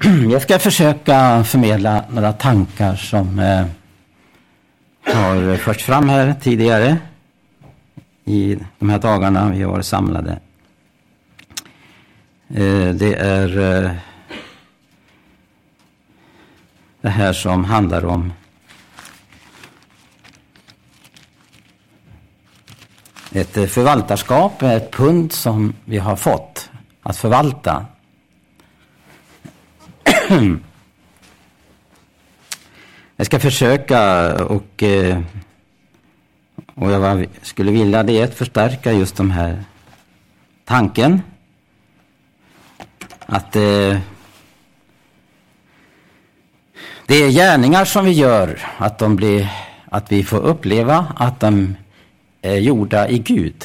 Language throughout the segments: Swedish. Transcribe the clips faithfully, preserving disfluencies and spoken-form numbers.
Jag ska försöka förmedla några tankar som eh, har förts fram här tidigare i de här dagarna vi har varit samlade. Eh, det är eh, det här som handlar om ett förvaltarskap, ett pund som vi har fått att förvalta. Jag ska försöka och, och jag skulle vilja det att förstärka just de här tanken att det, det är gärningar som vi gör, att de blir, att vi får uppleva att de är gjorda i Gud.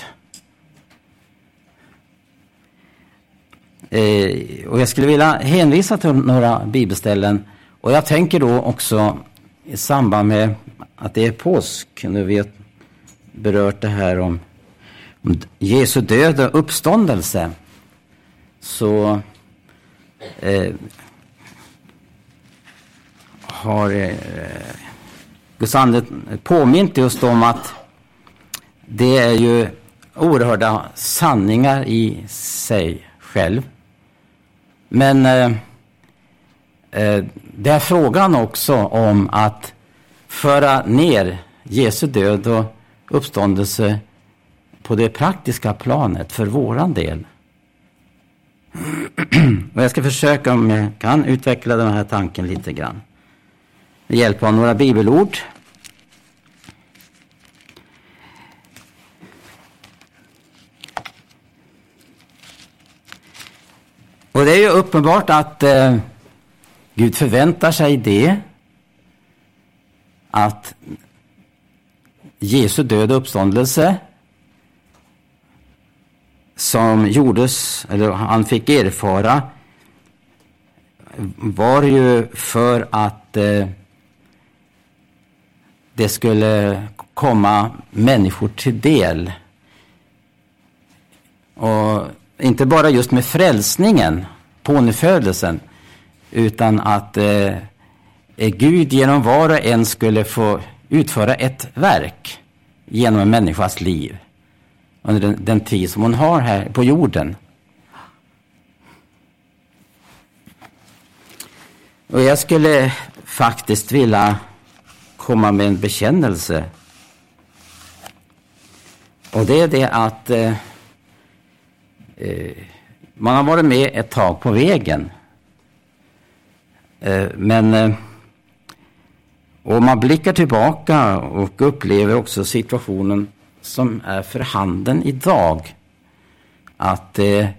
Eh, och jag skulle vilja hänvisa till några bibelställen, och jag tänker då också i samband med att det är påsk, nu vi har berört det här om, om Jesu död och uppståndelse, så eh, har eh, Guds ande påmint just om att det är ju oerhörda sanningar i sig själv. Men eh, eh, det är frågan också om att föra ner Jesu död och uppståndelse på det praktiska planet för våran del. Och jag ska försöka, om jag kan, utveckla den här tanken lite grann. Med hjälp av några bibelord. Och det är ju uppenbart att eh, Gud förväntar sig det, att Jesu död och uppståndelse som gjordes, eller han fick erfara, var ju för att eh, det skulle komma människor till del. Och inte bara just med frälsningen, pånyfödelsen, utan att eh, Gud genom var och en skulle få utföra ett verk genom en människas liv under den, den tid som hon har här på jorden. Och jag skulle faktiskt vilja komma med en bekännelse. Och det är det att eh, eh, man har varit med ett tag på vägen. Eh, men eh, och man blickar tillbaka och upplever också situationen som är för handen idag. Att eh,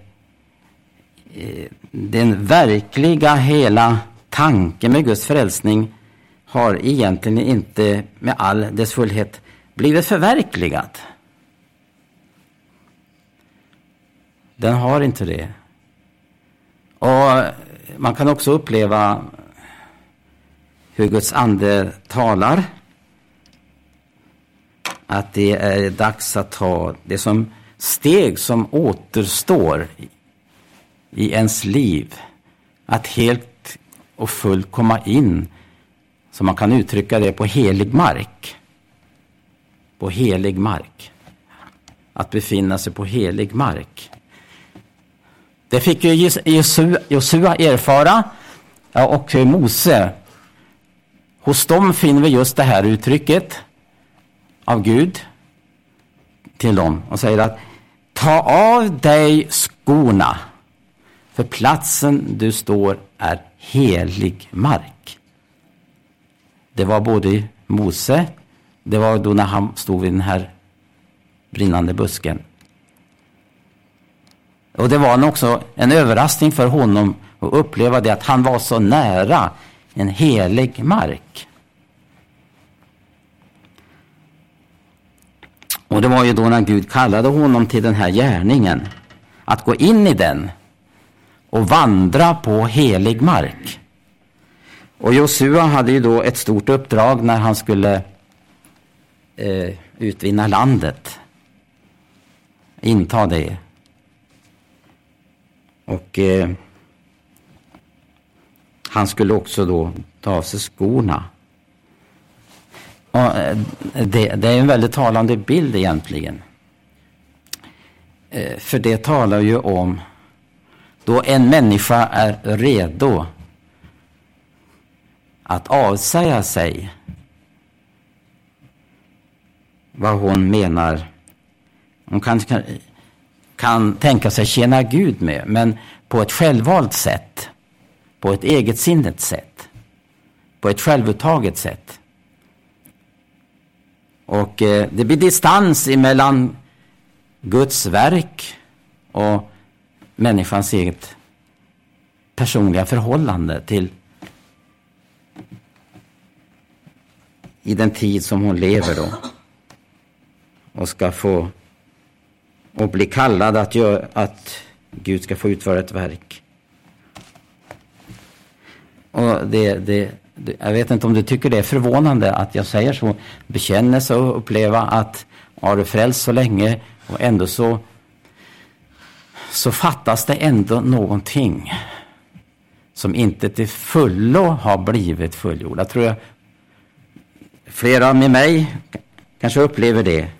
den verkliga hela tanken med Guds frälsning har egentligen inte med all dess fullhet blivit förverkligat. Den har inte det. Och man kan också uppleva hur Guds ande talar. Att det är dags att ta det som steg som återstår i ens liv. Att helt och fullt komma in, så man kan uttrycka det, på helig mark. På helig mark. Att befinna sig på helig mark. Det fick ju Josua erfara, och Mose. Hos dem finner vi just det här uttrycket av Gud till dem och säger att ta av dig skorna, för platsen du står är helig mark. Det var både Mose, det var då när han stod vid den här brinnande busken. Och det var också en överraskning för honom att uppleva det, att han var så nära en helig mark. Och det var ju då när Gud kallade honom till den här gärningen, att gå in i den och vandra på helig mark. Och Josua hade ju då ett stort uppdrag när han skulle eh, utvinna landet, inta det. Och eh, han skulle också då ta av sig skorna. Och det, det är en väldigt talande bild egentligen. För det talar ju om då en människa är redo att avsäga sig vad hon menar. Hon kan, kan, kan tänka sig tjäna Gud med, men på ett självvalt sätt, på ett eget sinnet sätt, på ett självuttaget sätt. Och eh, det blir distans emellan Guds verk och människans eget personliga förhållande till i den tid som hon lever då. Och ska få och bli kallad att, göra, att Gud ska få utföra ett verk. Och det, det, det, jag vet inte om du tycker det är förvånande att jag säger så. Bekänna sig och uppleva att har du frälst så länge och ändå så så fattas det ändå någonting som inte till fullo har blivit fullgjord. Jag tror jag flera med mig kanske upplever det.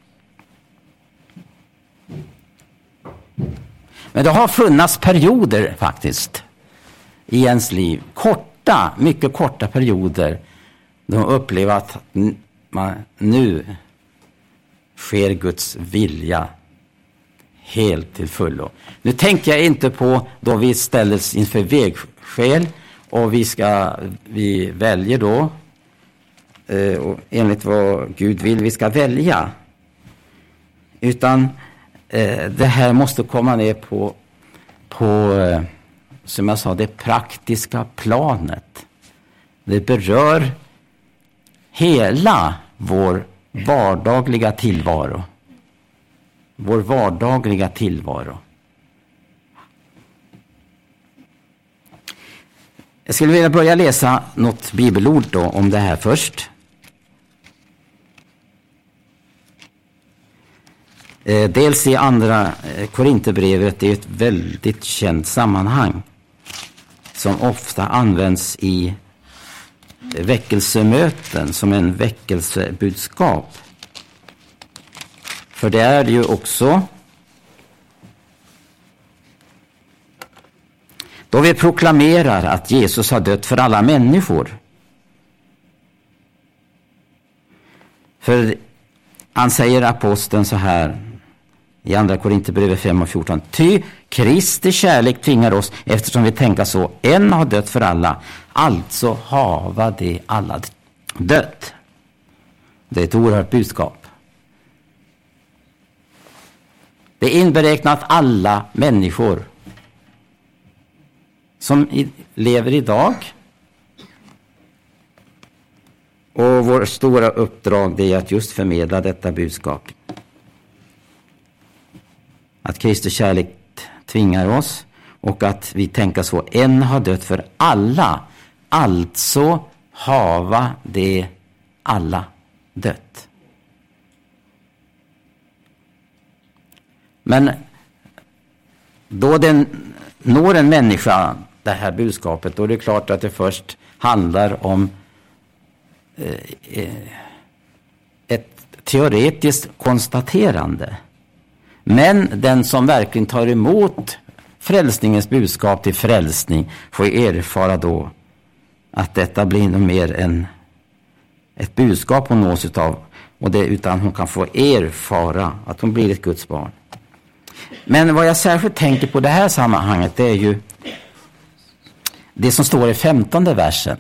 Men det har funnits perioder faktiskt i ens liv. Korta, mycket korta perioder. De upplever att man, nu sker Guds vilja helt till fullo. Nu tänker jag inte på då vi ställs inför vägskäl och vi ska vi väljer då eh, och enligt vad Gud vill vi ska välja. Utan eh, det här måste komma ner på på eh, som jag sa, det praktiska planet. Det berör hela vår vardagliga tillvaro. Vår vardagliga tillvaro. Jag skulle vilja börja läsa något bibelord då om det här först. Eh, dels i andra eh, Korinthierbrevet, det är ett väldigt känt sammanhang som ofta används i väckelsemöten som en väckelsebudskap. För det är ju också då vi proklamerar att Jesus har dött för alla människor. För han säger aposteln så här i andra Korinthierbrevet fem och fjorton. Ty Kristi kärlek tvingar oss, eftersom vi tänker så, en har dött för alla, alltså hava de alla dött. Det är ett oerhört budskap. Det är inberäknat alla människor som i, lever idag. Och vår stora uppdrag det är att just förmedla detta budskap. Att Kristi kärlek tvingar oss och att vi tänker så, en har dött för alla, alltså hava det alla dött. Men då den når en människa det här budskapet, då är det klart att det först handlar om eh, ett teoretiskt konstaterande. Men den som verkligen tar emot frälsningens budskap till frälsning får erfara då att detta blir nog mer än ett budskap hon nås utav, och det utan hon kan få erfara att hon blir ett Guds barn. Men vad jag särskilt tänker på det här sammanhanget, det är ju det som står i femtonde versen.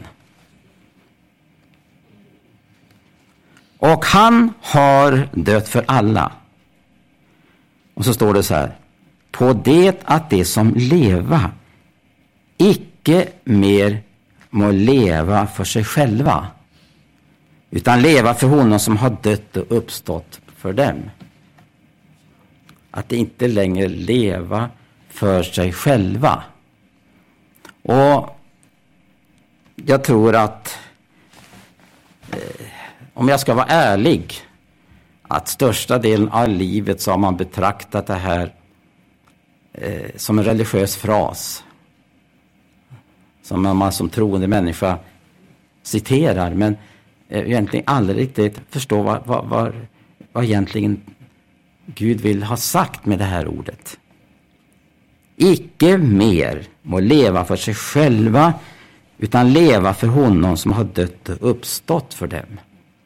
Och han har dött för alla. Och så står det så här. På det att det som leva icke mer må leva för sig själva, utan leva för honom som har dött och uppstått för dem. Att det inte längre leva för sig själva. Och jag tror att eh, om jag ska vara ärlig, att största delen av livet så har man betraktat det här eh, som en religiös fras. som man som troende människa citerar, men egentligen aldrig riktigt förstår vad, vad, vad, vad egentligen Gud vill ha sagt med det här ordet. Icke mer må leva för sig själva, utan leva för honom som har dött och uppstått för dem.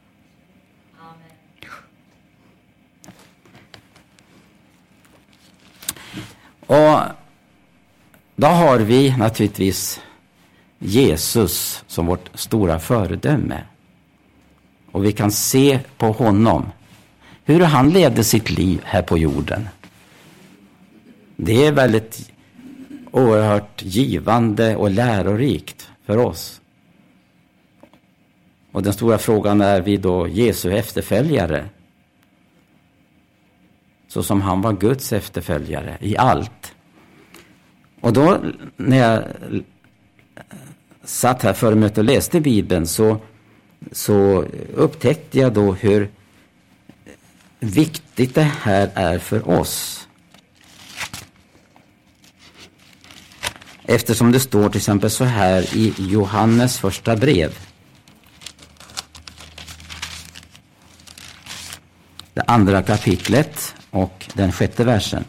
Och då har vi naturligtvis Jesus som vårt stora föredöme. Och vi kan se på honom hur han levde sitt liv här på jorden. Det är väldigt oerhört givande och lärorikt för oss. Och den stora frågan är vi då Jesu efterföljare? Så som han var Guds efterföljare i allt. Och då när jag satt här före mötet och läste Bibeln så, så upptäckte jag då hur viktigt det här är för oss. Eftersom det står till exempel så här i Johannes första brev. Det andra kapitlet och den sjätte versen.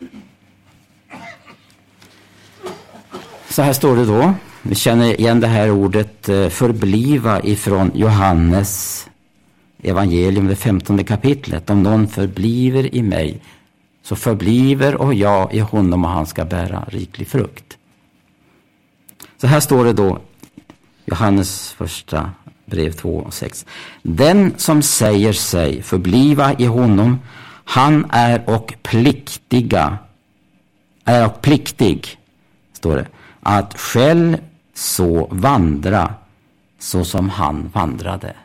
Så här står det då. Vi känner igen det här ordet förbliva ifrån Johannes evangelium, det femtonde kapitlet. Om någon förbliver i mig så förbliver och jag i honom och han ska bära riklig frukt. Så här står det då Johannes första brev två och sex. Den som säger sig förbliva i honom, han är och pliktiga är och pliktig, står det, att själv så vandra så som han vandrade.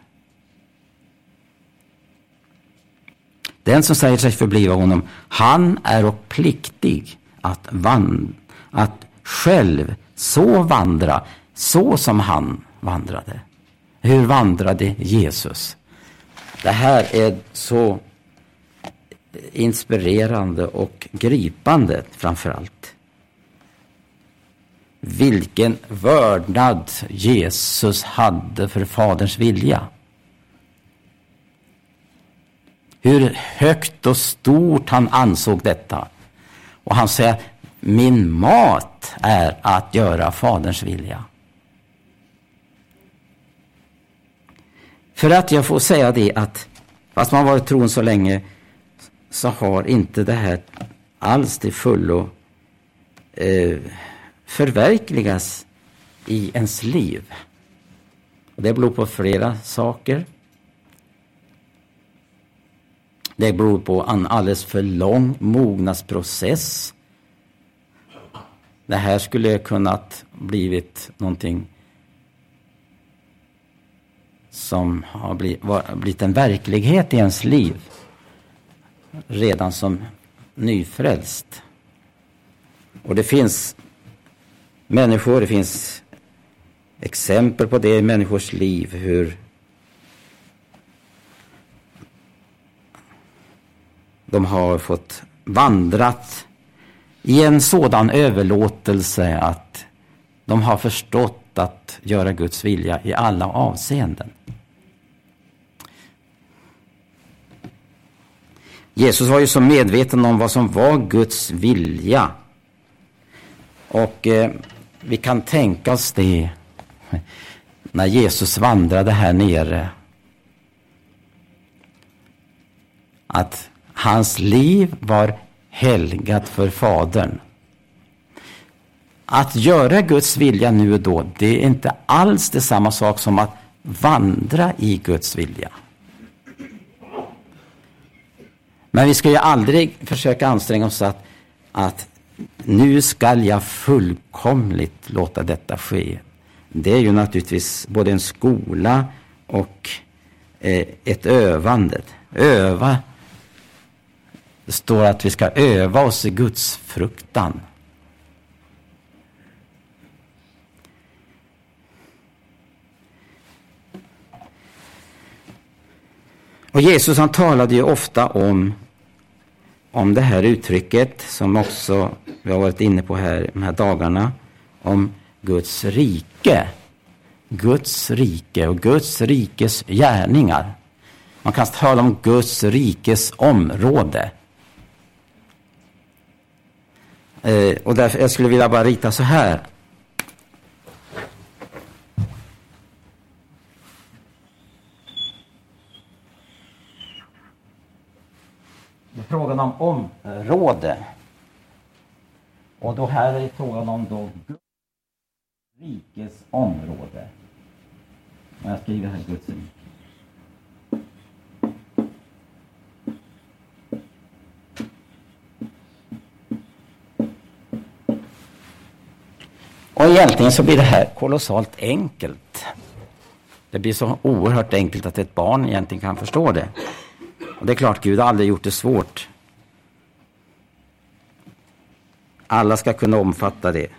Den som säger sig förbliva honom, han är och pliktig att, vand, att själv så vandra så som han vandrade. Hur vandrade Jesus? Det här är så inspirerande och gripande framförallt. Vilken vördnad Jesus hade för Faderns vilja. Hur högt och stort han ansåg detta. Och han säger, min mat är att göra Faderns vilja. För att jag får säga det att fast man varit troende så länge så har inte det här alls till fullo eh, förverkligas i ens liv. Och det beror på flera saker. Det beror på en alldeles för lång mognadsprocess. Det här skulle kunnat blivit någonting som har blivit, var, blivit en verklighet i ens liv redan som nyfrälst. Och det finns människor, det finns exempel på det i människors liv, hur de har fått vandrat i en sådan överlåtelse att de har förstått att göra Guds vilja i alla avseenden. Jesus var ju så medveten om vad som var Guds vilja. Och eh, vi kan tänka oss det när Jesus vandrade här nere. Att hans liv var helgat för Fadern. Att göra Guds vilja nu och då, det är inte alls det samma sak som att vandra i Guds vilja. Men vi ska ju aldrig försöka anstränga oss att, att nu ska jag fullkomligt låta detta ske. Det är ju naturligtvis både en skola och eh, ett övande. Öva. Det står att vi ska öva oss i Guds fruktan. Och Jesus han talade ju ofta om, om det här uttrycket som också vi har varit inne på här de här dagarna. Om Guds rike. Guds rike och Guds rikes gärningar. Man kan tala om Guds rikes område. Eh, och därför jag skulle vilja bara rita så här. Det är frågan om område. Och då här är det frågan om då Guds rikes område. Och jag skriver här Guds rike. Och egentligen så blir det här kolossalt enkelt. Det blir så oerhört enkelt att ett barn egentligen kan förstå det. Och det är klart, Gud har aldrig gjort det svårt. Alla ska kunna omfatta det.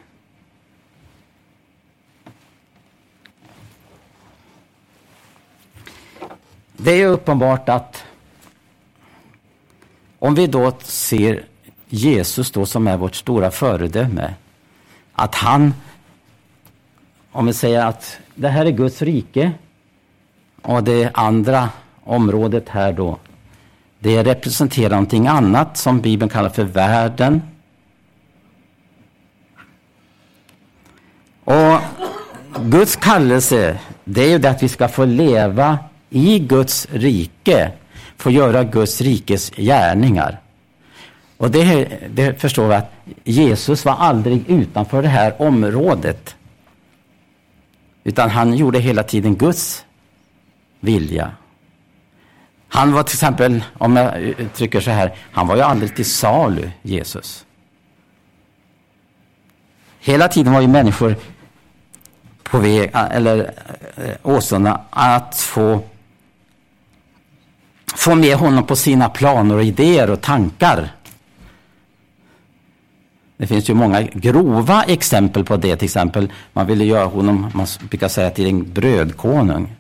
Det är ju uppenbart att om vi då ser Jesus då som är vårt stora föredöme, att han, om vi säger att det här är Guds rike och det andra området här då, det representerar någonting annat som Bibeln kallar för världen. Och Guds kallelse, det är ju det att vi ska få leva i Guds rike, få göra Guds rikes gärningar. Och det, det förstår vi att Jesus var aldrig utanför det här området. Utan han gjorde hela tiden Guds vilja. Han var till exempel, om jag uttrycker så här, han var ju aldrig till salu, Jesus. Hela tiden var ju människor på väg, eller åsarna, att få få med honom på sina planer och idéer och tankar. Det finns ju många grova exempel på det. Till exempel, man ville göra honom, man brukar säga, till en brödkonung.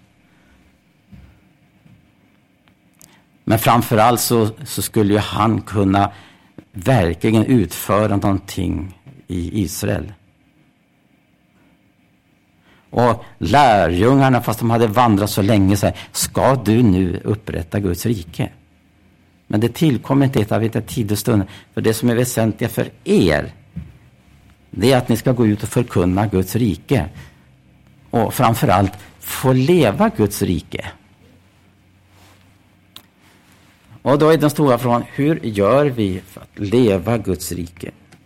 Men framförallt så, så skulle ju han kunna verkligen utföra någonting i Israel. Och lärjungarna, fast de hade vandrat så länge, så här, ska du nu upprätta Guds rike? Men det tillkommer inte ett av ett tid och stund. För det som är väsentligt för er, det är att ni ska gå ut och förkunna Guds rike. Och framförallt få leva Guds rike. Och då är den stora frågan, hur gör vi för att leva Guds rike?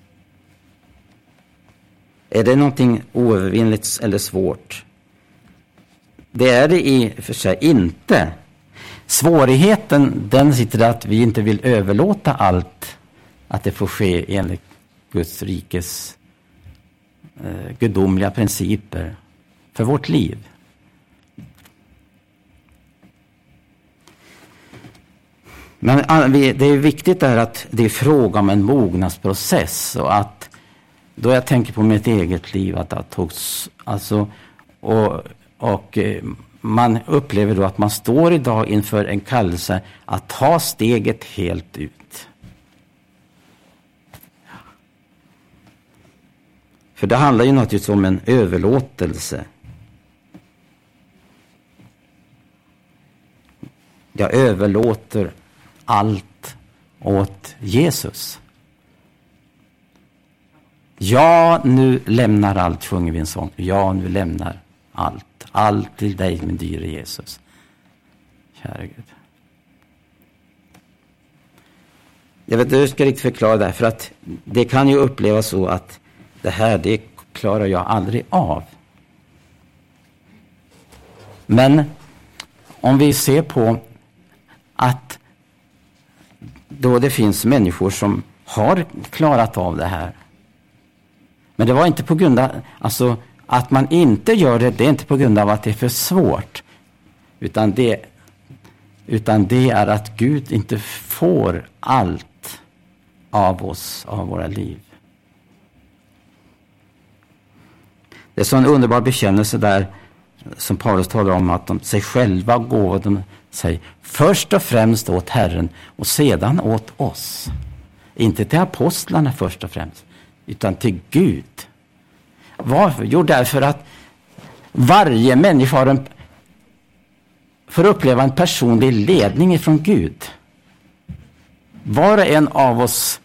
Är det någonting oövervinnligt eller svårt? Det är det i för sig inte. Svårigheten, den sitter där att vi inte vill överlåta allt, att det får ske enligt Guds rikes eh, gudomliga principer för vårt liv. Men det är viktigt där att det är fråga om en mognadsprocess, och att då jag tänker på mitt eget liv, att det togs, alltså, och, och man upplever då att man står idag inför en kallelse att ta steget helt ut. För det handlar ju naturligtvis om en överlåtelse. Jag överlåter allt åt Jesus. Ja, nu lämnar allt, sjunger vi en sång. Ja, nu lämnar allt. Allt till dig, min dyre Jesus. Kära Gud. Jag vet inte hur jag ska riktigt förklara det här, för att det kan ju upplevas så att det här, det klarar jag aldrig av. Men om vi ser på att då det finns människor som har klarat av det här. Men det var inte på grund av, alltså att man inte gör det, det är inte på grund av att det är för svårt. Utan det, utan det är att Gud inte får allt av oss, av våra liv. Det är så en underbar bekännelse där som Paulus talar om, att de sig själva gåva de sig först och främst åt Herren och sedan åt oss. Inte till apostlarna först och främst, utan till Gud. Varför? Jo, därför att varje människa har en, får uppleva en personlig ledning ifrån Gud. Var och en av oss,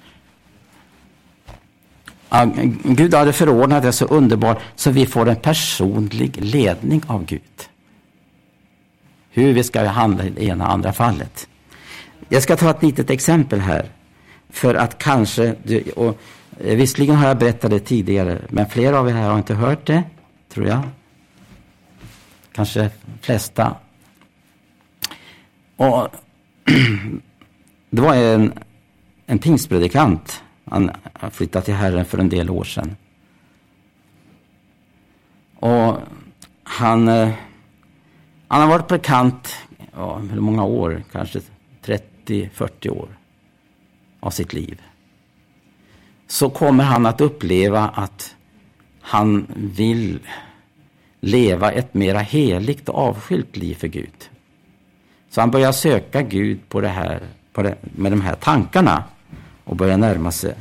Gud hade förordnat det så underbart så vi får en personlig ledning av Gud. Hur vi ska handla i det ena och andra fallet. Jag ska ta ett litet exempel här. För att kanske, och visserligen har jag berättat det tidigare, men flera av er här har inte hört det, tror jag. Kanske flesta. Och det var en, en pingstpredikant. Han flyttade till Herren för en del år sedan. Och han, han har varit predikant, ja, hur många år? Kanske trettio till fyrtio år av sitt liv. Så kommer han att uppleva att han vill leva ett mera heligt och avskilt liv för Gud. Så han börjar söka Gud på det här, på det, med de här tankarna och börjar närma sig.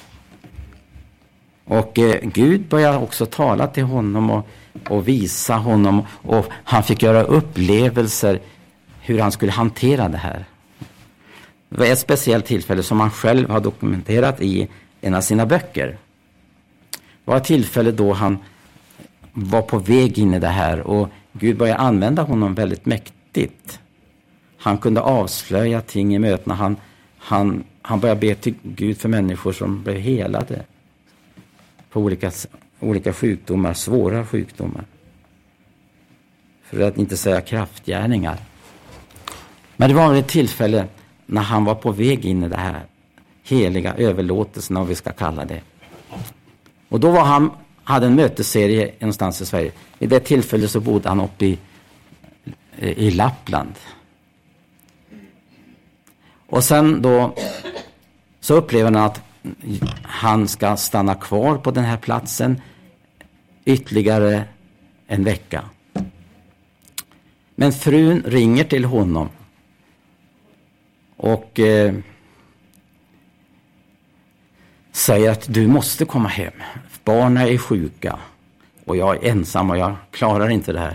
Och eh, Gud börjar också tala till honom och, och visa honom, och han fick göra upplevelser hur han skulle hantera det här. Det var ett speciellt tillfälle som han själv har dokumenterat i en av sina böcker. Det var ett tillfälle då han var på väg in i det här och Gud började använda honom väldigt mäktigt. Han kunde avslöja ting i mötena. Han, han, han började be till Gud för människor som blev helade på olika, olika sjukdomar, svåra sjukdomar. För att inte säga kraftgärningar. Men det var ett tillfälle när han var på väg in i det här heliga överlåtelsen, om vi ska kalla det. Och då var han, hade en mötesserie någonstans i Sverige. I det tillfället så bodde han uppe i, i Lappland. Och sen då så upplever han att han ska stanna kvar på den här platsen ytterligare en vecka. Men frun ringer till honom och eh, säger att du måste komma hem. Barnen är sjuka och jag är ensam och jag klarar inte det här.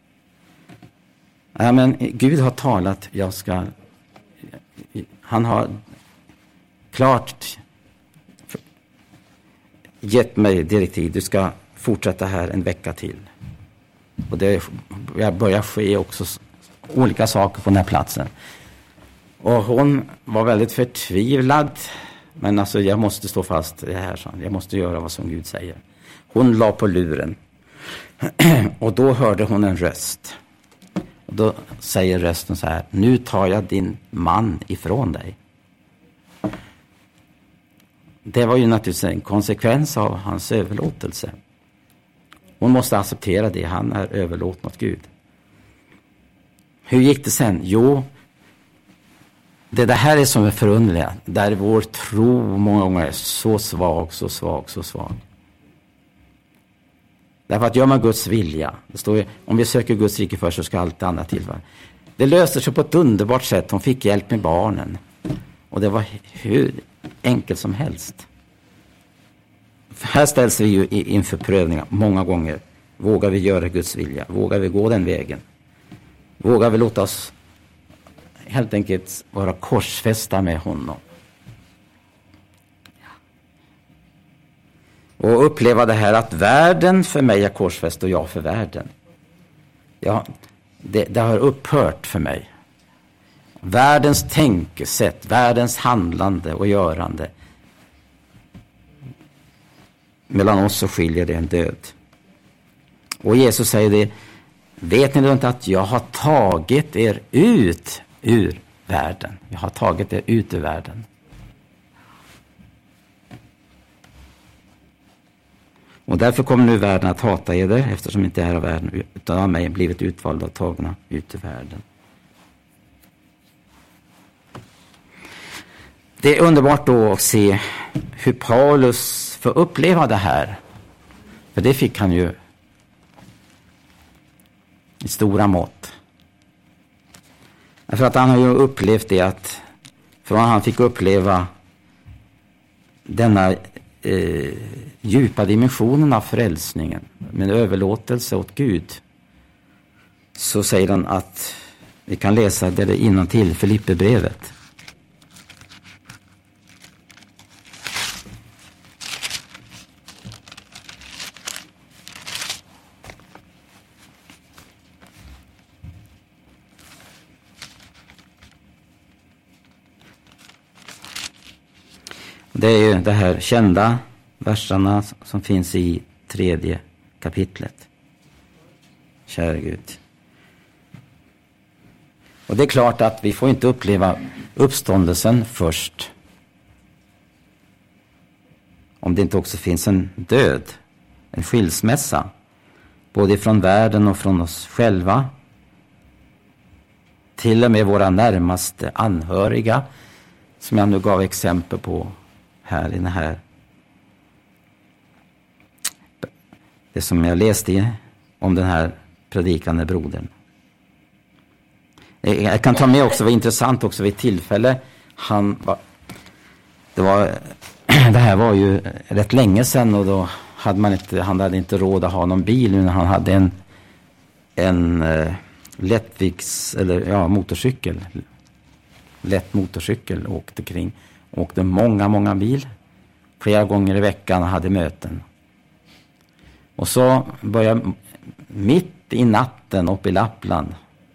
Ja, men Gud har talat, jag ska, han har klart gett mig direktiv, du ska fortsätta här en vecka till. Och det börjar ske också olika saker på den här platsen. Och hon var väldigt förtvivlad. Men alltså jag måste stå fast i det här. Så jag måste göra vad som Gud säger. Hon la på luren. Och då hörde hon en röst. Och då säger rösten så här: nu tar jag din man ifrån dig. Det var ju naturligtvis en konsekvens av hans överlåtelse. Hon måste acceptera det. Han är överlåten åt Gud. Hur gick det sen? Jo, det, det här är som är förunderliga. Där vår tro många gånger är så svag, så svag, så svag. Därför att gör man Guds vilja. Det står ju, om vi söker Guds rike först så ska allt annat tillfalla. Det löste sig på ett underbart sätt. Hon fick hjälp med barnen. Och det var hur enkelt som helst. Här ställs vi ju inför prövningar många gånger. Vågar vi göra Guds vilja? Vågar vi gå den vägen? Vågar vi låta oss helt enkelt vara korsfästa med honom? Och uppleva det här att världen för mig är korsfäst och jag för världen. Ja, det, det har upphört för mig. Världens tänkesätt, världens handlande och görande. Mellan oss så skiljer det en död. Och Jesus säger det: vet ni då inte att jag har tagit er ut ur världen? Jag har tagit er ut ur världen. Och därför kommer nu världen att hata er där, eftersom inte är av världen utan av mig blivit utvalda och tagna ut ur världen. Det är underbart då att se hur Paulus får uppleva det här. För det fick han ju i stora mått. För att han har ju upplevt det att från han fick uppleva denna eh, djupa dimensionen av frälsningen, med överlåtelse åt Gud, så säger han att vi kan läsa det innantill Filipperbrevet. Det är ju det här kända verserna som finns i tredje kapitlet. Kära Gud. Och det är klart att vi får inte uppleva uppståndelsen först, om det inte också finns en död, en skilsmässa, både från världen och från oss själva, till och med våra närmaste anhöriga, som jag nu gav exempel på här i den här, det som jag läste i, om den här predikande brodern. Jag kan ta med också, var intressant också vid tillfälle, han var, det var, det här var ju rätt länge sedan, och då hade man inte, han hade inte råd att ha någon bil, när han hade en en uh, lättviks, eller ja, motorcykel, lätt motorcykel, och åkte kring, åkte många, många bil, flera gånger i veckan, och hade möten. Och så började, mitt i natten uppe i Lappland,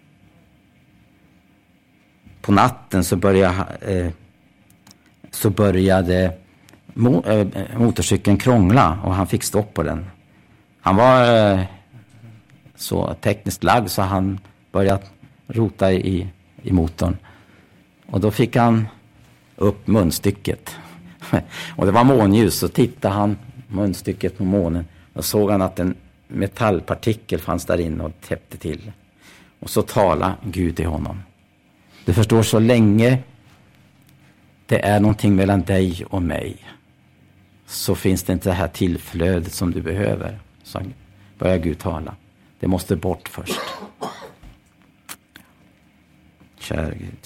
på natten så började, eh, så började mo, eh, motorcykeln krångla, och han fick stopp på den. Han var eh, så tekniskt lagd så han började rota i, i motorn. Och då fick han upp munstycket. Och det var månljus, så tittade han munstycket på månen, och såg han att en metallpartikel fanns där inne och täppte till. Och så talade Gud i honom. Du förstår, så länge det är någonting mellan dig och mig, så finns det inte det här tillflödet som du behöver. Så börjar Gud tala. Det måste bort först. Kära Gud.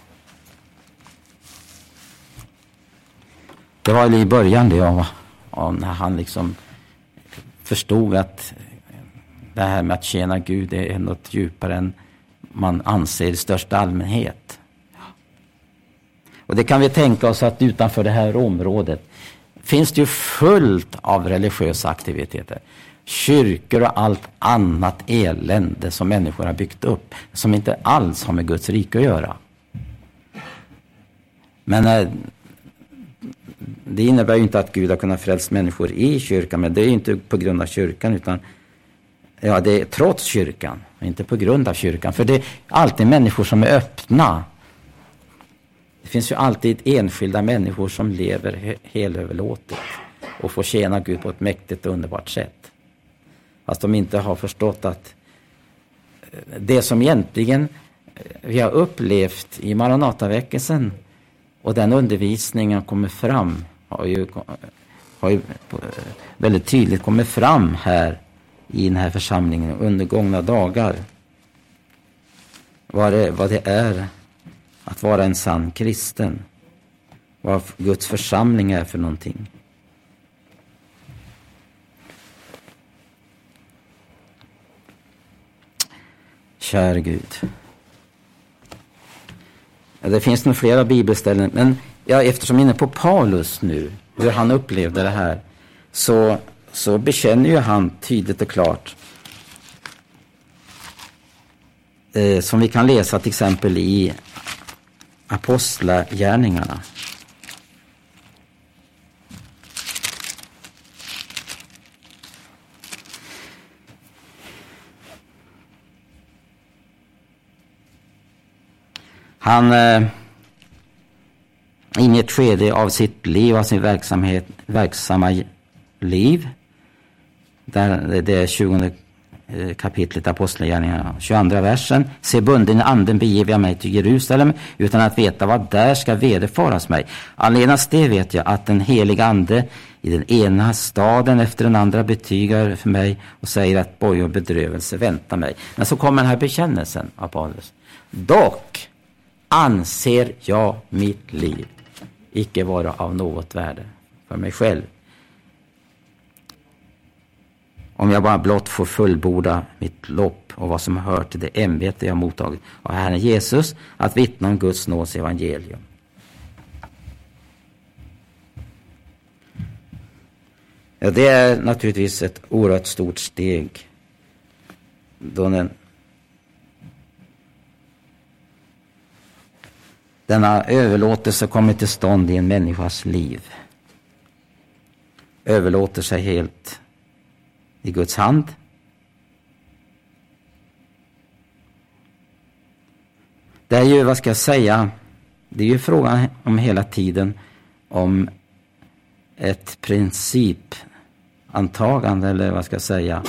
Det var i början det, av, av när han liksom förstod att det här med att tjäna Gud är något djupare än man anser i största allmänhet. Och det kan vi tänka oss att utanför det här området finns det ju fullt av religiösa aktiviteter. Kyrkor och allt annat elände som människor har byggt upp, som inte alls har med Guds rike att göra. Men äh, det innebär ju inte att Gud har kunnat frälsa människor i kyrkan, men det är ju inte på grund av kyrkan, utan ja, det är trots kyrkan, inte på grund av kyrkan. För det är alltid människor som är öppna. Det finns ju alltid enskilda människor som lever he- helöverlåtet och får tjäna Gud på ett mäktigt och underbart sätt. Fast de inte har förstått att det som egentligen vi har upplevt i Maranataväckelsen och den undervisningen kommer fram, har ju, har ju väldigt tydligt kommit fram här i den här församlingen under gångna dagar. Vad det, vad det är att vara en sann kristen. Vad Guds församling är för någonting. Kära Gud. Ja, det finns nog flera bibelställen, men ja, eftersom jag är inne på Paulus nu, hur han upplevde det här, så, så bekänner ju han tydligt och klart, eh, som vi kan läsa till exempel i Apostlagärningarna. Han eh, in i ett skede av sitt liv, av sin verksamhet, verksamma liv, där det är tjugonde kapitlet Apostlagärningarna, tjugoandra versen. Se, bunden i anden beger jag mig till Jerusalem utan att veta vad där ska vederfaras mig. Allenast det vet jag, att den heliga ande i den ena staden efter den andra betygar för mig och säger att boj och bedrövelse väntar mig. Men så kommer den här bekännelsen av Paulus. Dock anser jag mitt liv icke vara av något värde för mig själv, om jag bara blott får fullborda mitt lopp och vad som hör till det ämbete jag mottagit av Herren Jesus, att vittna om Guds nåds evangelium. Ja, det är naturligtvis ett oerhört stort steg då den, denna överlåtelse kommer till stånd i en människas liv. Överlåter sig helt i Guds hand. Det är ju, vad ska jag säga, det är ju frågan om hela tiden om ett principantagande, eller vad ska jag säga.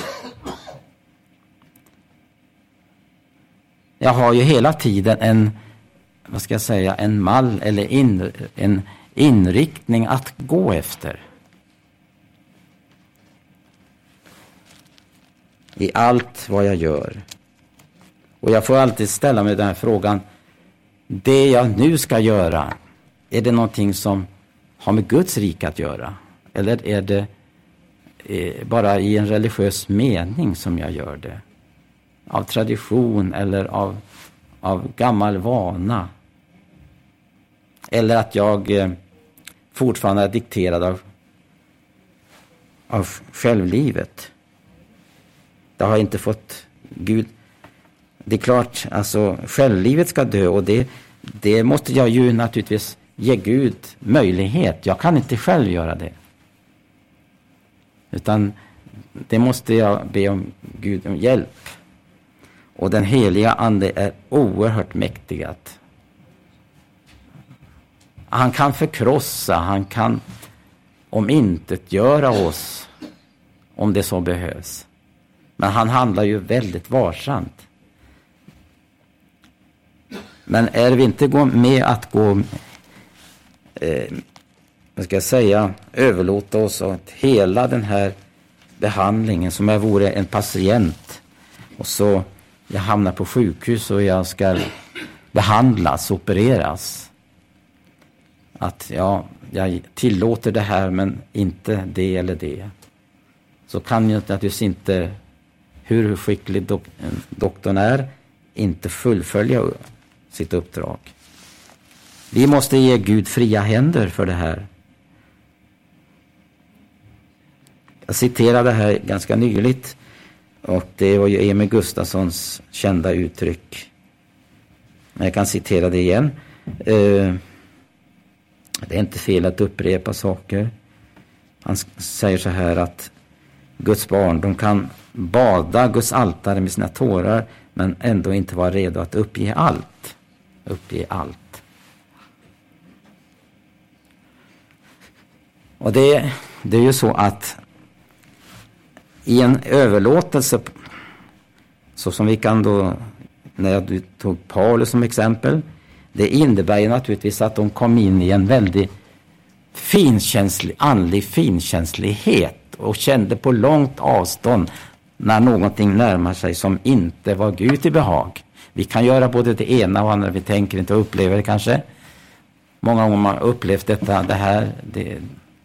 Jag har ju hela tiden en, vad ska jag säga, en mall eller in, en inriktning att gå efter. I allt vad jag gör. Och jag får alltid ställa mig den här frågan. Det jag nu ska göra, är det någonting som har med Guds rike att göra? Eller är det eh, bara i en religiös mening som jag gör det? Av tradition eller av, av gammal vana? Eller att jag eh, fortfarande är dikterad av, av självlivet? Det har inte fått Gud. Det är klart, alltså självlivet ska dö, och det, det måste jag ju naturligtvis ge Gud möjlighet. Jag kan inte själv göra det. Utan det måste jag be om Gud om hjälp. Och den heliga ande är oerhört mäktig. Att han kan förkrossa, han kan omintetgöra oss om det så behövs. Men han handlar ju väldigt varsamt. Men är vi inte med att gå, eh, vad ska jag säga, överlåta oss åt hela den här behandlingen som jag vore en patient, och så jag hamnar på sjukhus och jag ska behandlas, opereras. Att ja, jag tillåter det här men inte det eller det. Så kan ju naturligtvis inte, hur skicklig dok- doktorn är, inte fullfölja sitt uppdrag. Vi måste ge Gud fria händer för det här. Jag citerade här ganska nyligt, och det var ju Emil Gustafssons kända uttryck. Men jag kan citera det igen. Eh, det är inte fel att upprepa saker. Han säger så här att Guds barn, de kan bada Guds altare med sina tårar, men ändå inte vara redo att uppge allt. Uppge allt. Och det, det är ju så att i en överlåtelse, så som vi kan då, när du tog Paulus som exempel, det innebär ju naturligtvis att de kom in i en väldigt finkänslig, andlig finkänslighet och kände på långt avstånd när någonting närmar sig som inte var Gud till behag. Vi kan göra både det ena och andra, vi tänker inte och upplever det kanske. Många gånger man upplevt detta, det här, det,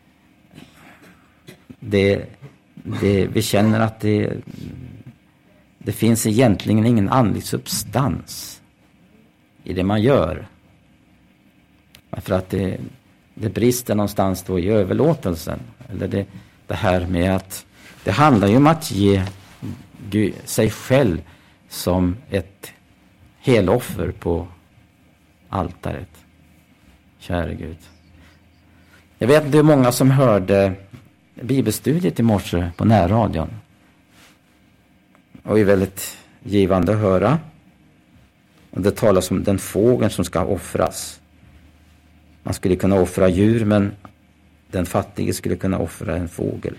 det, det, vi känner att det, det finns egentligen ingen andlig substans i det man gör. För att det, det brister någonstans då i överlåtelsen. Eller det, det här med att det handlar ju om att ge Gud, sig själv som ett heloffer på altaret. Kära Gud. Jag vet inte hur många som hörde bibelstudiet i morse på närradion. Och det är väldigt givande att höra. Och det talas om den fågeln som ska offras. Man skulle kunna offra djur, men den fattige skulle kunna offra en fågel.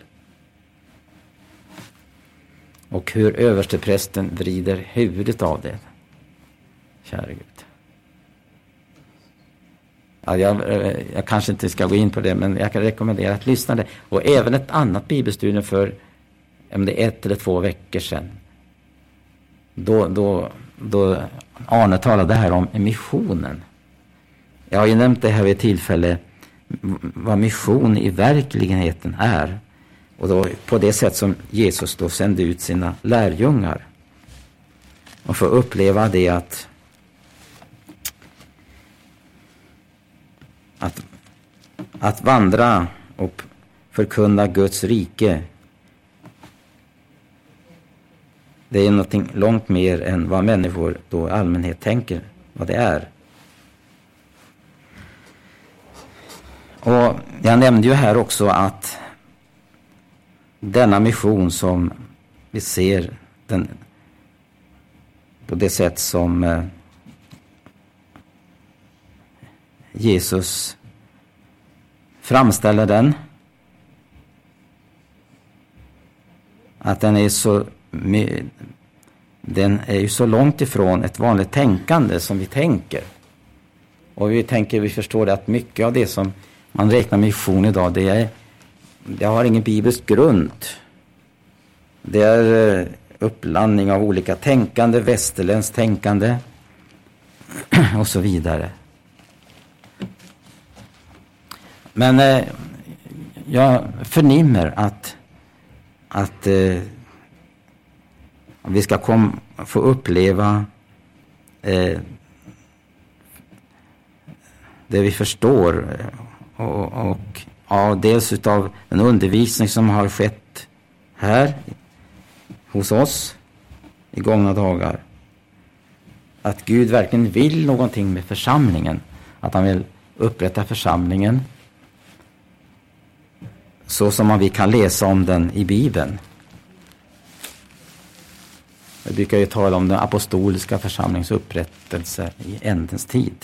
Och hur översteprästen vrider huvudet av det. Kära Gud. Ja, jag, jag kanske inte ska gå in på det, men jag kan rekommendera att lyssna det. Och även ett annat bibelstudium för om det är ett eller två veckor sedan. Då, då, då Arne talade här om missionen. Jag har ju nämnt det här vid tillfälle, vad mission i verkligheten är. Och då på det sätt som Jesus då sände ut sina lärjungar. Och få uppleva det att att, att vandra och förkunna Guds rike. Det är någonting långt mer än vad människor då i allmänhet tänker vad det är. Och jag nämnde ju här också att denna mission som vi ser den på det sätt som eh, Jesus framställer den, att den är så den är ju så långt ifrån ett vanligt tänkande som vi tänker. Och vi tänker, vi förstår att mycket av det som man räknar med mission idag, det är det har ingen bibelsk grund. Det är uppblandning av olika tänkande, västerländskt tänkande och så vidare. Men eh, jag förnimmer att att eh, vi ska kom, få uppleva eh, det vi förstår och, och ja, dels utav den undervisning som har skett här hos oss i gångna dagar. Att Gud verkligen vill någonting med församlingen. Att han vill upprätta församlingen så som vi kan läsa om den i Bibeln. Jag brukar ju tala om den apostoliska församlings upprättelse i ändens tid.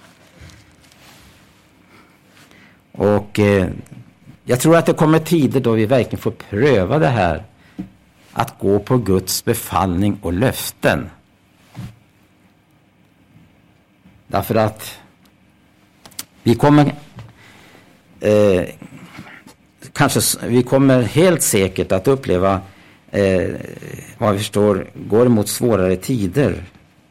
Och eh, jag tror att det kommer tider då vi verkligen får pröva det här. Att gå på Guds befallning och löften. Därför att vi kommer eh, kanske vi kommer helt säkert att uppleva eh, vad vi förstår går mot svårare tider.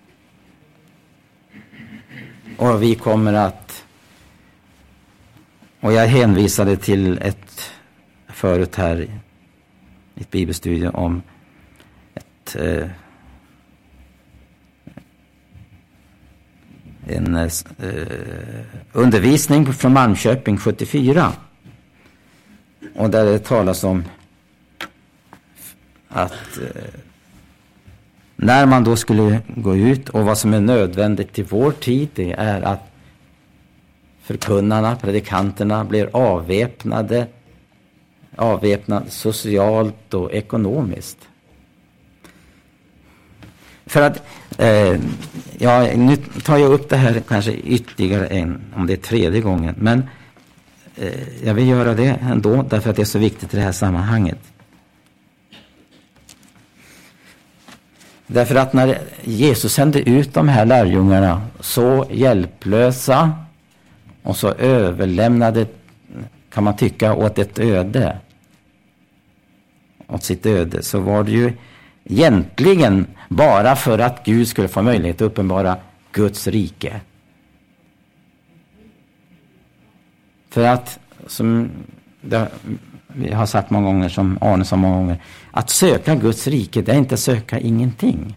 Och vi kommer att, och jag hänvisade till ett förut här i ett bibelstudie om ett eh, en eh, undervisning från Malmköping sjuttiofyra. Och där det talas om att eh, när man då skulle gå ut, och vad som är nödvändigt till vår tid, det är att förkunnarna, predikanterna blir avväpnade, avväpnade socialt och ekonomiskt. För att, eh, ja, nu tar jag upp det här kanske ytterligare en, om det är tredje gången, men eh, jag vill göra det ändå därför att det är så viktigt i det här sammanhanget. Därför att när Jesus sände ut de här lärjungarna så hjälplösa och så överlämnade, kan man tycka, åt ett öde, åt sitt öde, så var det ju egentligen bara för att Gud skulle få möjlighet att uppenbara Guds rike. För att, som det, vi har sagt många gånger, som Arne sa många gånger, att söka Guds rike, det är inte att söka ingenting.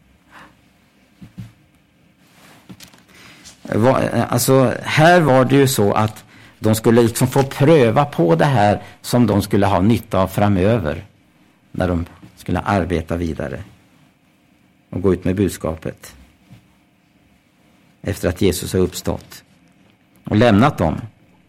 Alltså, här var det ju så att de skulle liksom få pröva på det här som de skulle ha nytta av framöver när de skulle arbeta vidare och gå ut med budskapet efter att Jesus har uppstått och lämnat dem.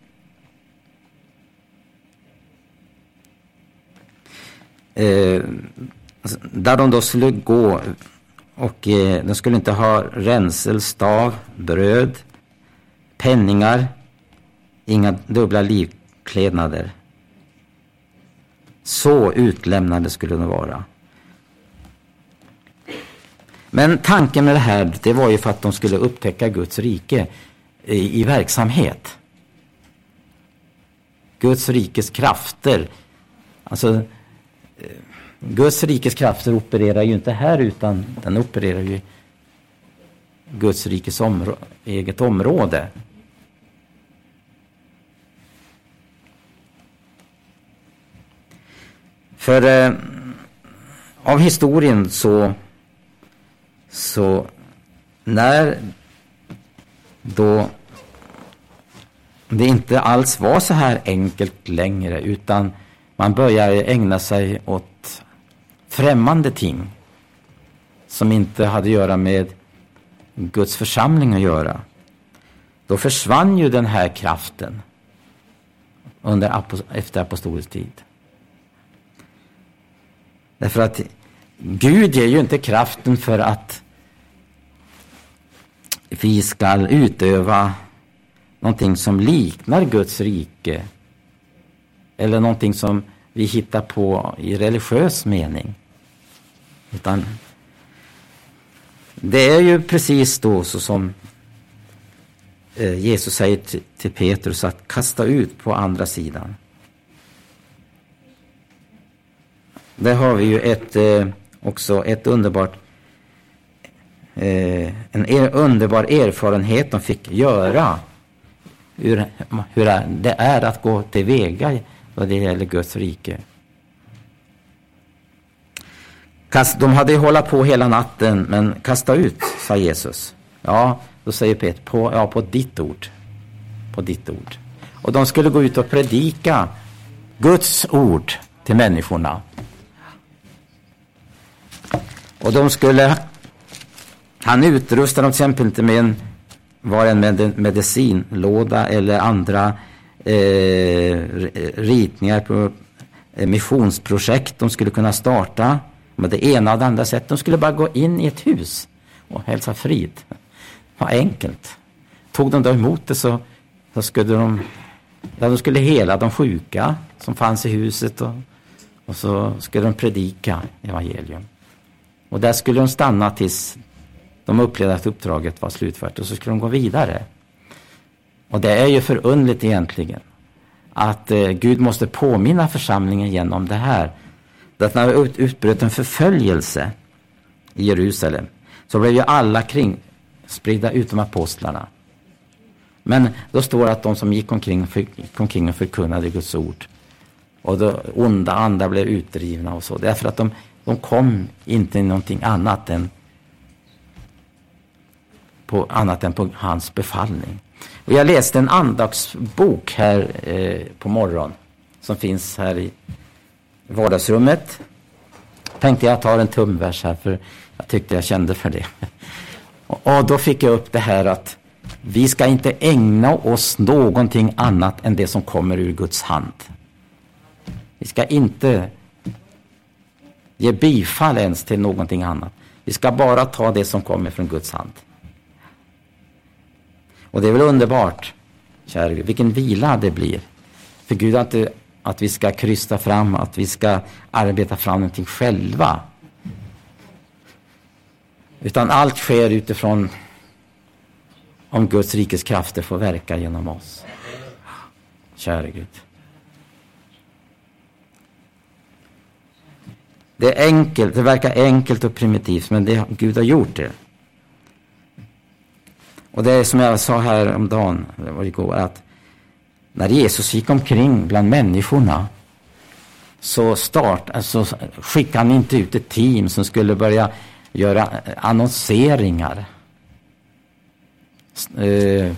Eh, där de då skulle gå, och eh, de skulle inte ha ränsel, stav, bröd, penningar, inga dubbla livklädnader. Så utlämnade skulle de vara. Men tanken med det här, det var ju för att de skulle upptäcka Guds rike i, i verksamhet. Guds rikes krafter. Alltså, Guds rikes krafter opererar ju inte här, utan den opererar ju Guds rikes områ- eget område. För eh, av historien så, så när då det inte alls var så här enkelt längre, utan man började ägna sig åt främmande ting som inte hade att göra med Guds församling att göra. Då försvann ju den här kraften under efter apostolisk tid. Därför att Gud ger ju inte kraften för att vi ska utöva någonting som liknar Guds rike eller någonting som vi hittar på i religiös mening. Utan det är ju precis då så som Jesus säger till Petrus att kasta ut på andra sidan. Där har vi ju ett också ett underbart en underbar erfarenhet de fick göra hur, hur det är att gå till väga vad det gäller Guds rike. De hade ju hållit på hela natten, men kasta ut, sa Jesus. Ja, då säger Peter, på, ja, på ditt ord. På ditt ord. Och de skulle gå ut och predika Guds ord till människorna. Och de skulle, han utrustade dem till exempel inte med en, var en med, medicinlåda eller andra eh, ritningar på eh, missionsprojekt de skulle kunna starta. Men det ena och det andra sättet. De skulle bara gå in i ett hus och hälsa frid. Vad enkelt. Tog de då emot det så, så skulle de, ja, de skulle hela de sjuka som fanns i huset och, och så skulle de predika evangelium. Och där skulle de stanna tills de upplevde att uppdraget var slutfört och så skulle de gå vidare. Och det är ju förundligt egentligen att eh, Gud måste påminna församlingen genom det här. Att när det utbröt en förföljelse i Jerusalem så blev ju alla kring spridda utom apostlarna. Men då står det att de som gick omkring, gick omkring och förkunnade Guds ord och då onda andra blev utdrivna och så. Därför att de, de kom inte i någonting annat än på, annat än på hans befallning. Och jag läste en andagsbok här eh, på morgon som finns här i vardagsrummet. Tänkte jag tar en tumvers här för jag tyckte jag kände för det. Och, och då fick jag upp det här att vi ska inte ägna oss någonting annat än det som kommer ur Guds hand. Vi ska inte ge bifall ens till någonting annat. Vi ska bara ta det som kommer från Guds hand. Och det är väl underbart, kära Gud, vilken vila det blir. För Gud har inte att vi ska krysta fram, att vi ska arbeta fram någonting själva. Utan allt sker utifrån om Guds rikes krafter får verka genom oss. Kära Gud. Det är enkelt, det verkar enkelt och primitivt, men det, Gud har gjort det. Och det är som jag sa här om dagen, det var igår, att när Jesus gick omkring bland människorna så start, alltså skickade han inte ut ett team som skulle börja göra annonseringar. Eh,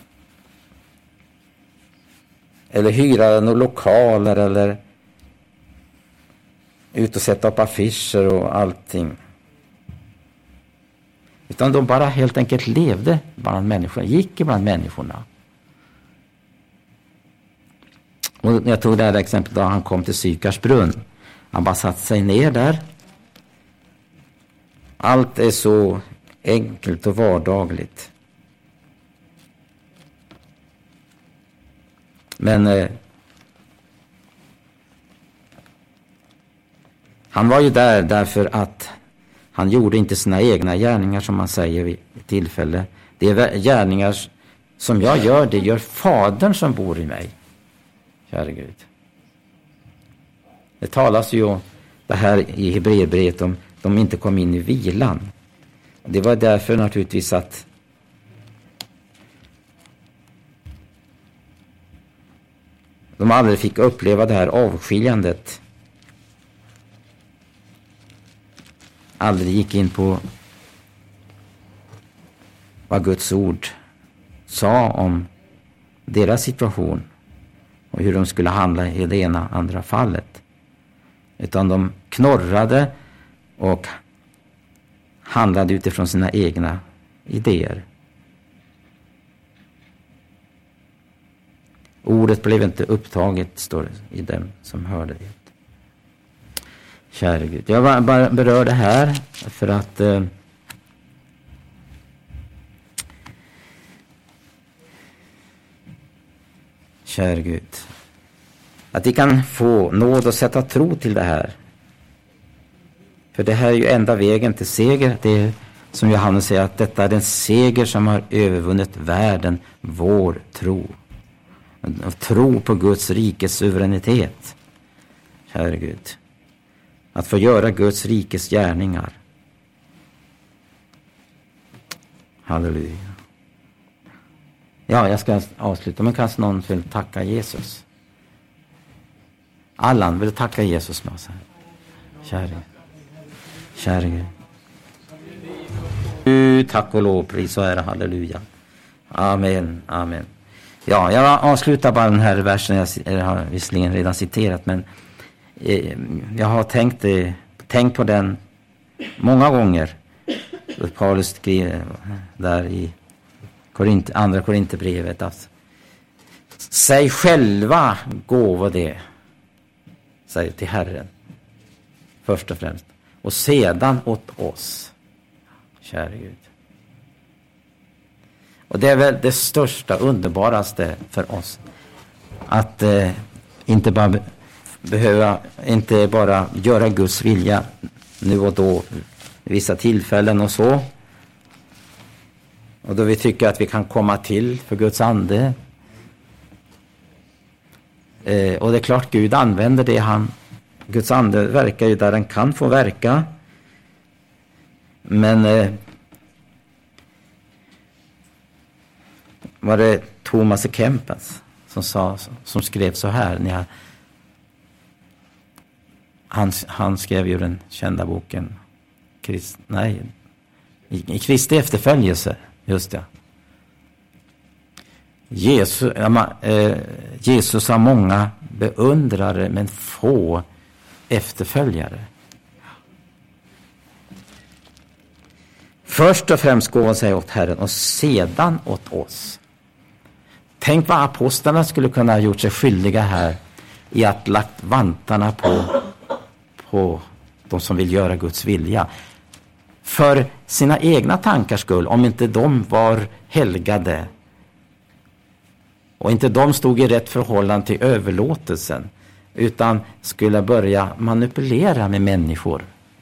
eller hyra några lokaler eller ut och sätta upp affischer och allting. Utan de bara helt enkelt levde bland människorna, gick bland människorna. Och jag tog det här exemplet då han kom till Sykars brunn. Han bara satt sig ner där. Allt är så enkelt och vardagligt. Men eh, han var ju där därför att han gjorde inte sina egna gärningar som man säger vid tillfälle. Det är gärningar som jag gör, det gör Fadern som bor i mig. Kära Gud. Det talas ju om det här i Hebreerbrevet om de inte kom in i vilan. Det var därför naturligtvis att de aldrig fick uppleva det här avskiljandet aldrig gick in på vad Guds ord sa om deras situation och hur de skulle handla i det ena andra fallet. Utan de knorrade och handlade utifrån sina egna idéer. Ordet blev inte upptaget, står det i dem som hörde det. Kära Gud, jag bara berör det här för att eh, kära Gud, att vi kan få nåd att sätta tro till det här. För det här är ju enda vägen till seger. Det är som Johannes säger, att detta är den seger som har övervunnit världen, vår tro. Och tro på Guds rikes suveränitet. Kära Gud, att få göra Guds rikes gärningar. Halleluja. Ja, jag ska avsluta, men kanske någon vill tacka Jesus. Allan vill tacka Jesus med oss här. Kära, kära Gud. Tack och lov, pris och ära, halleluja. Amen, amen. Ja, jag avslutar bara den här versen, jag har visserligen redan citerat, men eh, jag har tänkt, eh, tänkt på den många gånger. Paulus skrev där i Korint, andra Korinthierbrevet att säg själva gåva det, säger till Herren först och främst, och sedan åt oss, kära Gud. Och det är väl det största, underbaraste för oss att eh, inte bara be- behöva inte bara göra Guds vilja nu och då vid vissa tillfällen och så, och då vi tycker att vi kan komma till för Guds ande. Eh, och det är klart Gud använder det. Han, Guds ande verkar ju där den kan få verka. Men eh, var det Thomas Kempens som, sa, som skrev så här. När jag, han, han skrev ju den kända boken Krist, nej, i, i Kristi efterföljelse. Just det. Jesus, ja, eh, Jesus har många beundrare men få efterföljare. Först och främst går han sig åt Herren och sedan åt oss. Tänk vad apostlarna skulle kunna ha gjort sig skyldiga här i att lagt vantarna på, på de som vill göra Guds vilja. För sina egna tankars skull, om inte de var helgade och inte de stod i rätt förhållande till överlåtelsen, utan skulle börja manipulera med människor.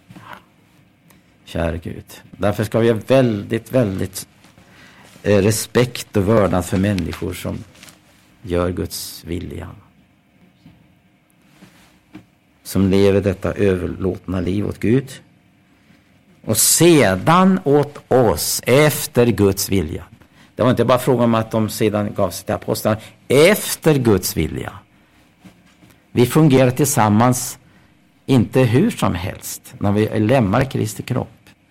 Kära Gud. Därför ska vi ha väldigt, väldigt eh, respekt och vördnad för människor som gör Guds vilja. Som lever detta överlåtna liv åt Gud. Och sedan åt oss efter Guds vilja. Det var inte bara fråga om att de sedan gav sig till apostlarna. Efter Guds vilja. Vi fungerar tillsammans inte hur som helst när vi lämnar Kristi kropp.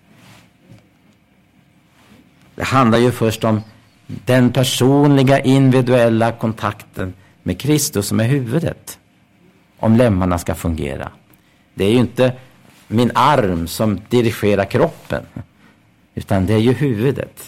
Det handlar ju först om den personliga individuella kontakten med Kristus som är huvudet. Om lemmarna ska fungera. Det är ju inte min arm som dirigerar kroppen, utan det är ju huvudet.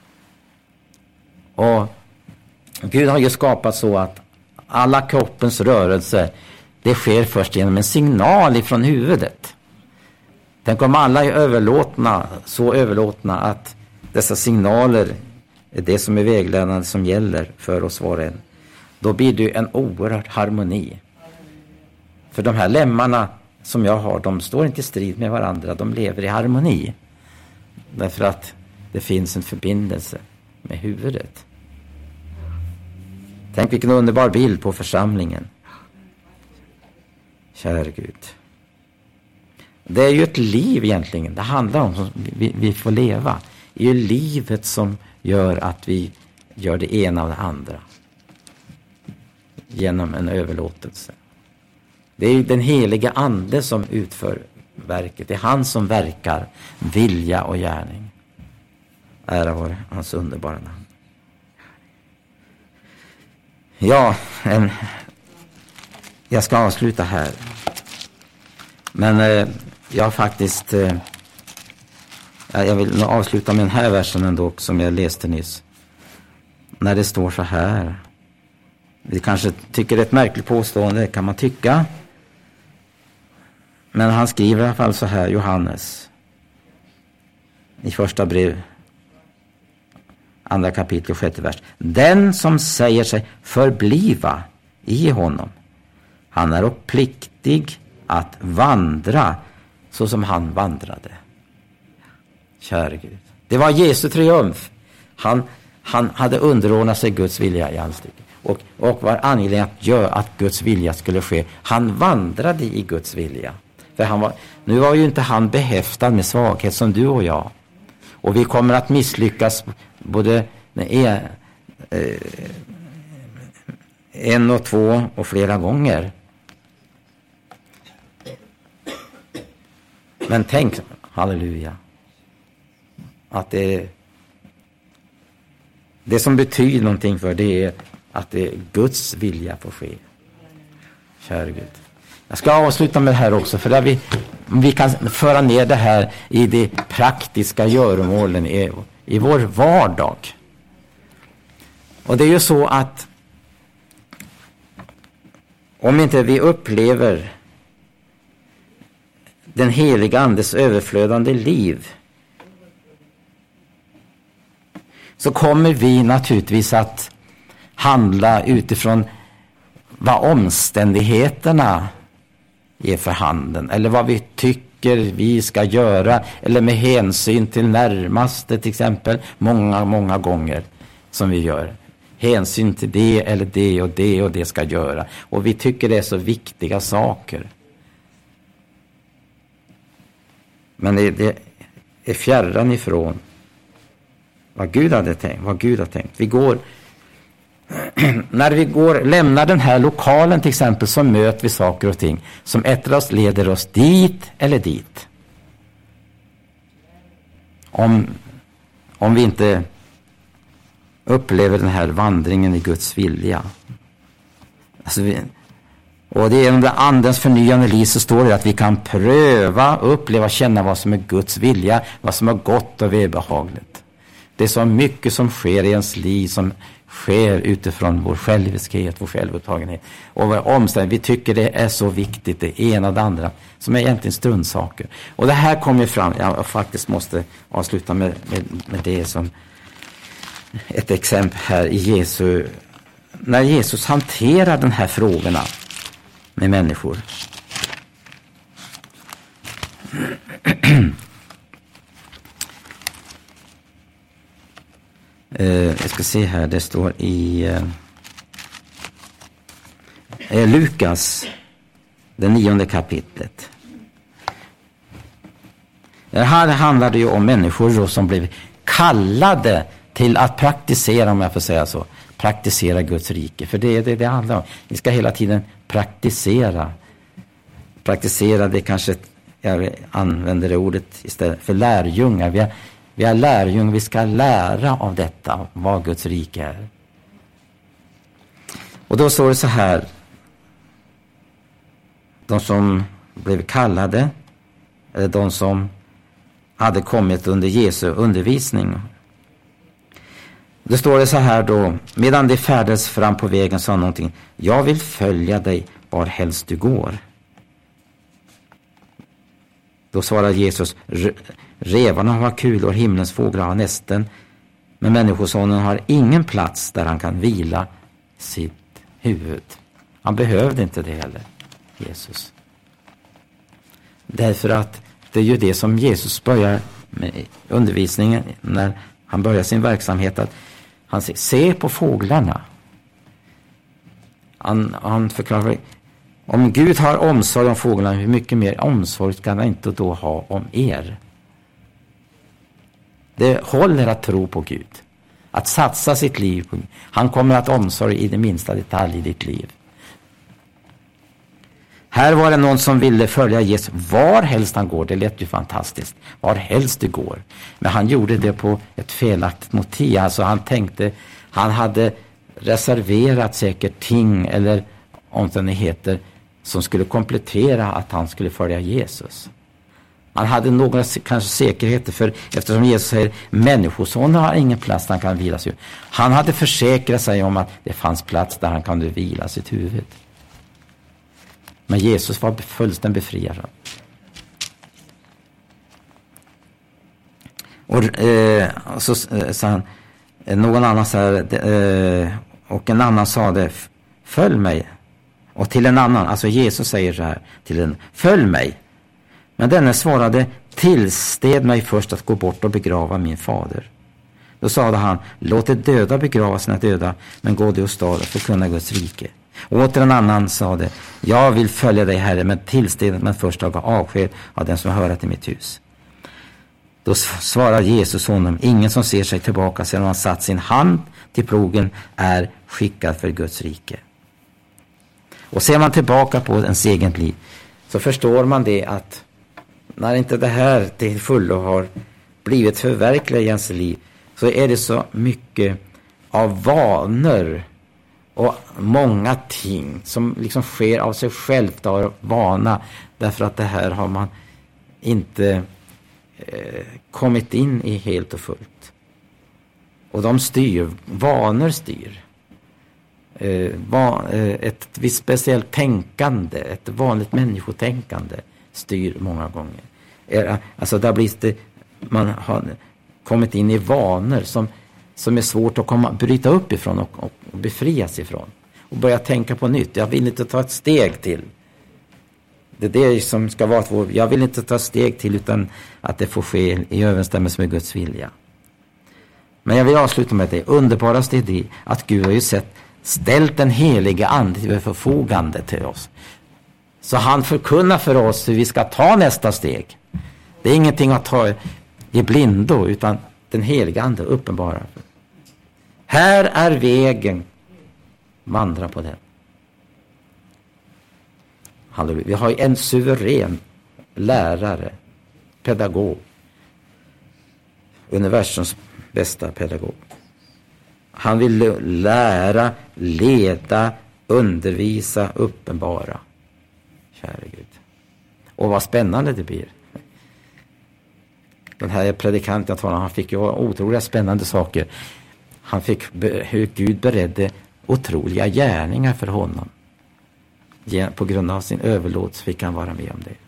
Och Gud har ju skapat så att alla kroppens rörelser, det sker först genom en signal ifrån huvudet. Tänk om alla är överlåtna, så överlåtna att dessa signaler är det som är vägledande som gäller för oss var och en. Då blir det ju en oerhörd harmoni. För de här lemmarna som jag har, de står inte i strid med varandra. De lever i harmoni. Därför att det finns en förbindelse med huvudet. Tänk vilken underbar bild på församlingen. Kära Gud. Det är ju ett liv egentligen. Det handlar om som vi, vi får leva. Det är ju livet som gör att vi gör det ena och det andra. Genom en överlåtelse. Det är ju den heliga ande som utför verket. Det är han som verkar vilja och gärning. Ära vare hans underbara namn. Ja, en, jag ska avsluta här. Men eh, jag faktiskt... Eh, jag vill avsluta med den här versen ändå som jag läste nyss. När det står så här. Vi kanske tycker det är ett märkligt påstående, kan man tycka. Men han skriver i alla fall så här, Johannes. I första brev. Andra kapitel, sjätte vers. Den som säger sig förbliva i honom. Han är och pliktig att vandra så som han vandrade. Kära Gud. Det var Jesu triumf. Han, han hade underordnat sig Guds vilja i all stycke. Och, och var angelägen att göra att Guds vilja skulle ske. Han vandrade i Guds vilja. För han var, nu var ju inte han behäftad med svaghet som du och jag. Och vi kommer att misslyckas både en, en och två och flera gånger. Men tänk, halleluja, att det, det som betyder någonting för det är att det är Guds vilja får ske. Kära Gud. Jag ska avsluta med det här också, för där vi, vi kan föra ner det här i de praktiska göromålen i, i vår vardag. Och det är ju så att om inte vi upplever den heliga andes överflödande liv, så kommer vi naturligtvis att handla utifrån vad omständigheterna är för handen, eller vad vi tycker vi ska göra, eller med hänsyn till närmaste till exempel, många, många gånger som vi gör. Hänsyn till det eller det och det och det ska göra. Och vi tycker det är så viktiga saker. Men det, det är fjärran ifrån vad Gud hade tänkt, vad Gud har tänkt. Vi går när vi går, lämnar den här lokalen till exempel, så möter vi saker och ting som ett oss leder oss dit eller dit. Om, om vi inte upplever den här vandringen i Guds vilja. Alltså vi, och det är genom det andens förnyande liv så står det att vi kan pröva, uppleva, känna vad som är Guds vilja, vad som är gott och välbehagligt. Det är så mycket som sker i ens liv som sker utifrån vår själviskhet, vår självupptagenhet och vår omständighet. Vi tycker det är så viktigt, det ena och det andra, som är egentligen struntsaker. Och det här kommer fram, jag faktiskt måste avsluta med, med, med det som ett exempel här i Jesu, när Jesus hanterar den här frågorna med människor. Uh, jag ska se här, det står i uh, Lukas, det nionde kapitlet. Det här handlade ju om människor då som blev kallade till att praktisera, om jag får säga så, praktisera Guds rike. För det är det det handlar om. Vi ska hela tiden praktisera. Praktisera, det kanske, jag använder det ordet istället för lärjungar. Vi är Vi är lärjungar, vi ska lära av detta, vad Guds rike är. Och då står det så här. De som blev kallade, eller de som hade kommit under Jesu undervisning. Då står det så här då. Medan de färdades fram på vägen sa någonting. Jag vill följa dig var helst du går. Då svarade Jesus, revarna har kulor, himlens fåglar har nästen, men människosonen har ingen plats där han kan vila sitt huvud. Han behövde inte det heller, Jesus. Därför att det är ju det som Jesus börjar med undervisningen, när han börjar sin verksamhet, att han säger, se på fåglarna. Han, han förklarar, om Gud har omsorg om fåglarna, hur mycket mer omsorg kan han inte då ha om er? Det håller att tro på Gud. Att satsa sitt liv på Gud. Han kommer att omsorg i det minsta detalj i ditt liv. Här var det någon som ville följa Jesus var helst han går. Det lät ju fantastiskt. Var helst det går. Men han gjorde det på ett felaktigt motiv. Alltså han tänkte, han hade reserverat säkert ting eller omständigheter som skulle komplettera att han skulle följa Jesus. Han hade några kanske säkerheter, för eftersom Jesus säger människosonen har ingen plats där han kan vila sig. Han hade försäkrat sig om att det fanns plats där han kunde vila sitt huvud. Men Jesus var fullständigt befriad. Och eh, så sa han, någon annan sa eh, och en annan sa det, följ mig. Och till en annan, alltså Jesus säger så här till en, följ mig. Men denne svarade, tillsted mig först att gå bort och begrava min fader. Då sade han, låt de döda begrava sina döda, men gå du åstad och förkunna Guds rike. Och åter en annan sade, jag vill följa dig Herre, men tillsted mig först att avsked av den som hör till mitt hus. Då svarar Jesus honom, ingen som ser sig tillbaka sedan han satt sin hand till plogen är skickad för Guds rike. Och ser man tillbaka på ens egen liv, så förstår man det att när inte det här till fullo har blivit förverkligat i ens liv, så är det så mycket av vanor och många ting som liksom sker av sig självt av vana, därför att det här har man inte eh, kommit in i helt och fullt. Och de styr, vanor styr. Eh, va, eh, ett visst speciellt tänkande, ett vanligt människotänkande styr många gånger. Eh, alltså där blir det, man har kommit in i vanor som, som är svårt att komma, bryta upp ifrån och, och, och befrias ifrån. Och börja tänka på nytt. Jag vill inte ta ett steg till. Det är det som ska vara vår, jag vill inte ta ett steg till, utan att det får ske i överensstämmelse med Guds vilja. Men jag vill avsluta med det. Underbaraste är det att Gud har ju sett ställt den helige ande till förfogande till oss. Så han förkunnar för oss hur vi ska ta nästa steg. Det är ingenting att ta i blindo, utan den helige ande uppenbarar. Här är vägen. Vandra på den. Halleluja. Vi har en suverän lärare, pedagog. Universums bästa pedagog. Han vill lära, leda, undervisa, uppenbara. Kära Gud. Och vad spännande det blir. Den här predikanten, jag talar, han fick ju otroliga spännande saker. Han fick hur Gud beredde otroliga gärningar för honom. På grund av sin överlåtelse fick han vara med om det.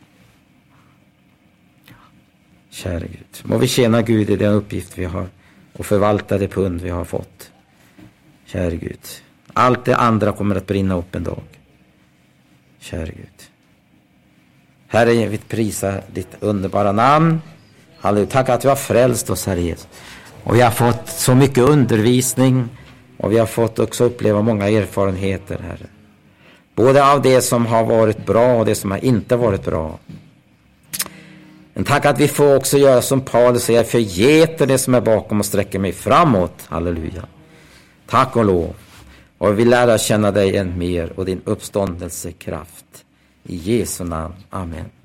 Kära Gud. Må vi tjäna Gud i den uppgift vi har och förvalta det pund vi har fått. Kära Gud. Allt det andra kommer att brinna upp en dag. Kära Gud. Herre, jag vill prisa ditt underbara namn. Halleluja. Tack att du har frälst oss, Herre Jesus. Och vi har fått så mycket undervisning. Och vi har fått också uppleva många erfarenheter, Herre. Både av det som har varit bra och det som har inte varit bra. Men tack att vi får också göra som Paulus säger, förgeter det som är bakom och sträcker mig framåt. Halleluja. Tack och lov. Och vi lär känna dig än mer och din uppståndelsekraft. I Jesu namn. Amen.